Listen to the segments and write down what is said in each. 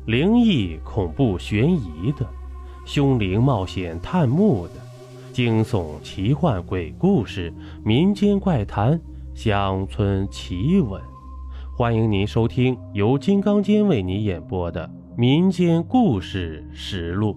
灵异、恐怖、悬疑的，凶灵冒险探墓的，惊悚、奇幻、鬼故事、民间怪谈、乡村奇闻。欢迎您收听由金刚间为你演播的民间故事实录。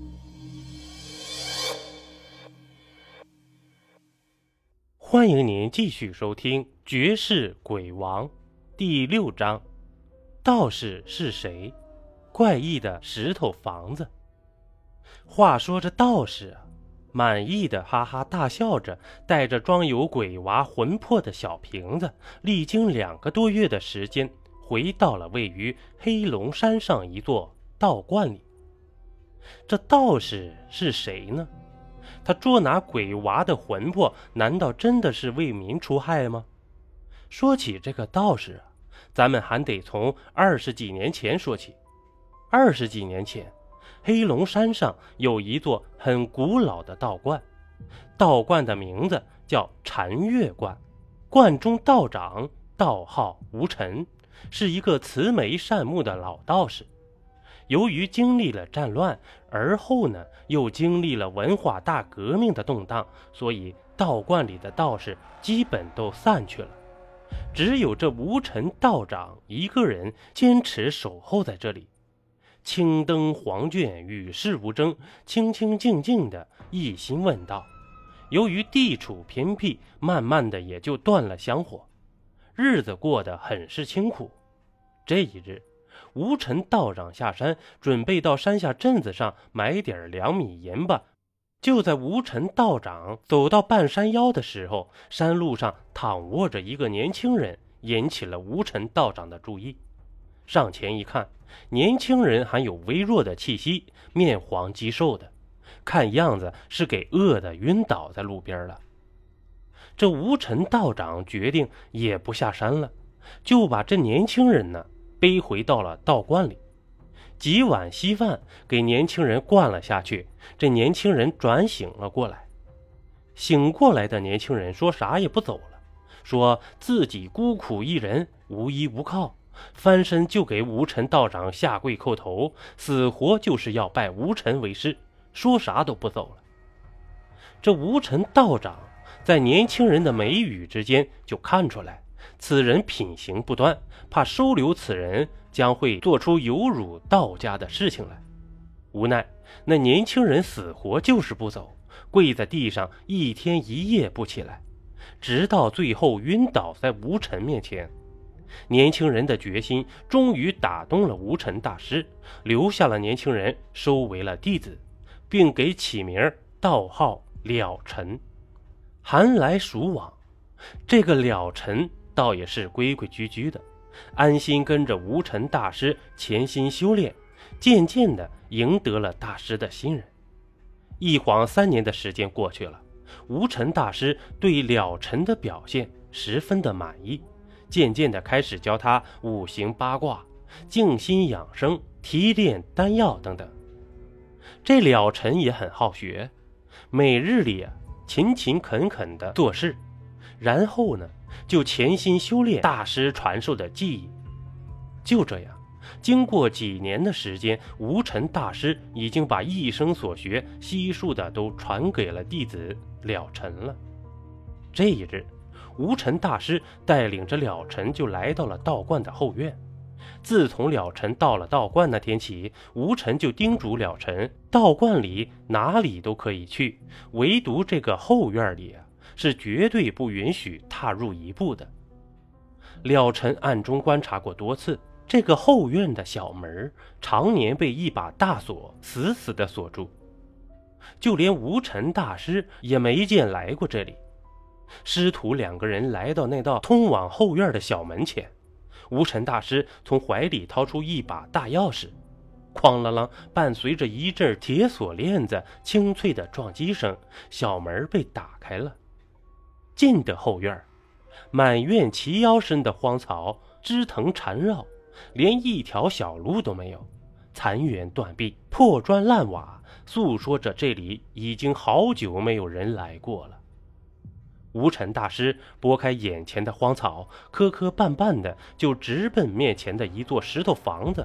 欢迎您继续收听《绝世鬼王》第6章，道士是谁？怪异的石头房子。话说这道士满意的哈哈大笑着，带着装有鬼娃魂魄的小瓶子，历经2个多月的时间，回到了位于黑龙山上一座道观里。这道士是谁呢？他捉拿鬼娃的魂魄，难道真的是为民除害吗？说起这个道士咱们还得从20几年前说起。20几年前，黑龙山上有一座很古老的道观，道观的名字叫禅月观，观中道长道号吴尘，是一个慈眉善目的老道士。由于经历了战乱，而后呢又经历了文化大革命的动荡，所以道观里的道士基本都散去了，只有这吴尘道长一个人坚持守候在这里。青灯黄卷，与世无争，清清静静的一心问道。由于地处偏僻，慢慢的也就断了香火，日子过得很是清苦。这一日，吴尘道长下山，准备到山下镇子上买点2米盐巴。就在吴尘道长走到半山腰的时候，山路上躺卧着一个年轻人，引起了吴尘道长的注意。上前一看，年轻人还有微弱的气息，面黄肌瘦的，看样子是给饿得晕倒在路边了。这吴尘道长决定也不下山了，就把这年轻人背回到了道观里。几碗稀饭给年轻人灌了下去，这年轻人转醒了过来。醒过来的年轻人说啥也不走了，说自己孤苦一人，无依无靠，翻身就给吴尘道长下跪叩头，死活就是要拜吴尘为师，说啥都不走了。这吴尘道长在年轻人的眉宇之间就看出来，此人品行不端，怕收留此人将会做出有辱道家的事情来。无奈那年轻人死活就是不走，跪在地上1天1夜不起来，直到最后晕倒在吴尘面前。年轻人的决心终于打动了吴尘大师，留下了年轻人，收为了弟子，并给起名道号了尘。寒来暑往，这个了尘倒也是规规矩矩的，安心跟着吴尘大师潜心修炼，渐渐地赢得了大师的信任。一晃3年的时间过去了，吴尘大师对了尘的表现十分的满意，渐渐地开始教他五行八卦、静心养生、提炼丹药等等。这了尘也很好学，每日里勤勤恳恳地做事，然后就潜心修炼大师传授的技艺。就这样，经过几年的时间，吴尘大师已经把一生所学悉数的都传给了弟子了尘了。这一日，吴尘大师带领着了尘就来到了道观的后院。自从了尘到了道观那天起，吴尘就叮嘱了尘，道观里哪里都可以去，唯独这个后院里是绝对不允许踏入一步的。了尘暗中观察过多次，这个后院的小门常年被一把大锁死死地锁住，就连吴尘大师也没见来过这里。师徒2个人来到那道通往后院的小门前，吴尘大师从怀里掏出一把大钥匙，哐啷啷伴随着一阵铁锁链子清脆的撞击声，小门被打开了。进的后院，满院齐腰深的荒草，枝藤缠绕，连一条小路都没有，残垣断壁，破砖烂瓦，诉说着这里已经好久没有人来过了。无尘大师拨开眼前的荒草，磕磕绊绊的就直奔面前的一座石头房子，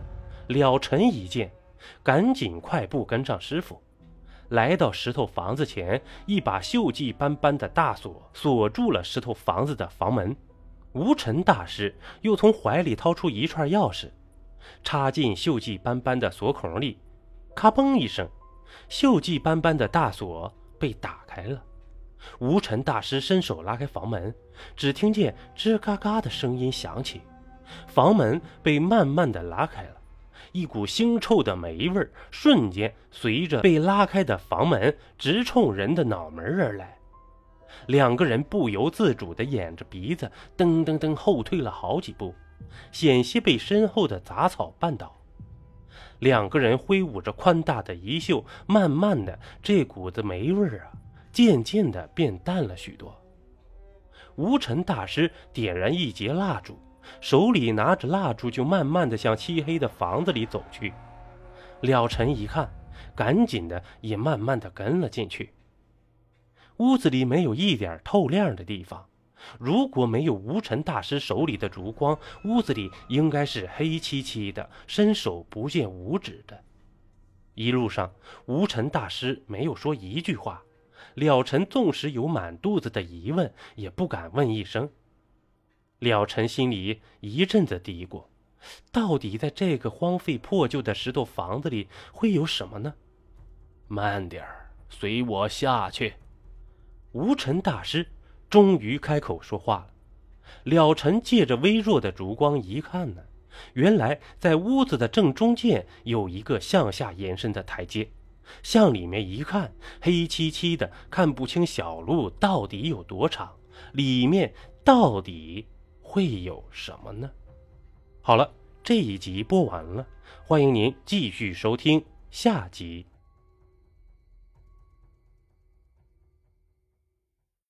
了尘一见，赶紧快步跟上师傅，来到石头房子前，一把锈迹斑斑的大锁锁住了石头房子的房门。无尘大师又从怀里掏出一串钥匙，插进锈迹斑斑的锁孔里，咔嘣一声，锈迹斑斑的大锁被打开了。无尘大师伸手拉开房门，只听见吱嘎嘎的声音响起，房门被慢慢的拉开了，一股腥臭的霉味瞬间随着被拉开的房门直冲人的脑门而来。两个人不由自主地掩着鼻子噔噔噔后退了好几步，险些被身后的杂草绊倒。两个人挥舞着宽大的衣袖，慢慢的这股子霉味渐渐的变淡了许多。无尘大师点燃一截蜡烛，手里拿着蜡烛就慢慢的向漆黑的房子里走去。了尘一看，赶紧的也慢慢的跟了进去。屋子里没有一点透亮的地方，如果没有无尘大师手里的烛光，屋子里应该是黑漆漆的，伸手不见五指的。一路上，无尘大师没有说一句话，了尘纵使有满肚子的疑问，也不敢问一声。了尘心里一阵子嘀咕，到底在这个荒废破旧的石头房子里会有什么呢？慢点儿，随我下去。无尘大师终于开口说话了。了尘借着微弱的烛光一看呢，原来在屋子的正中间有一个向下延伸的台阶，向里面一看，黑漆漆的，看不清小路到底有多长，里面到底会有什么呢？好了，这一集播完了，欢迎您继续收听下集。